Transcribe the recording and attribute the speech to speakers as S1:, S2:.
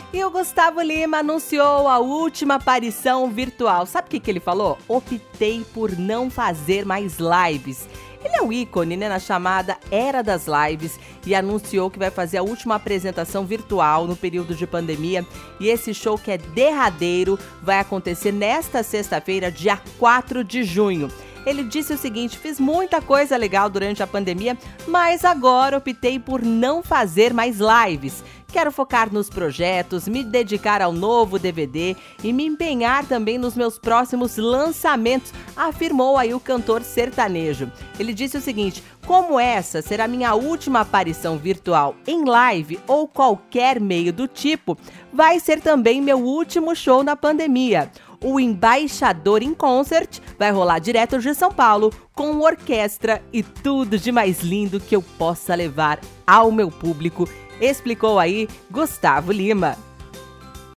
S1: E o Gustavo Lima anunciou a última aparição virtual. Sabe o que ele falou? Optei por não fazer mais lives. Ele é um ícone, né, na chamada Era das Lives e anunciou que vai fazer a última apresentação virtual no período de pandemia. E esse show, que é derradeiro, vai acontecer nesta sexta-feira, dia 4 de junho. Ele disse o seguinte: fiz muita coisa legal durante a pandemia, mas agora optei por não fazer mais lives. Quero focar nos projetos, me dedicar ao novo DVD e me empenhar também nos meus próximos lançamentos, afirmou aí o cantor sertanejo. Ele disse o seguinte: como essa será minha última aparição virtual em live ou qualquer meio do tipo, vai ser também meu último show na pandemia. O Embaixador in Concert vai rolar direto de São Paulo, com orquestra e tudo de mais lindo que eu possa levar ao meu público, explicou aí Gustavo Lima.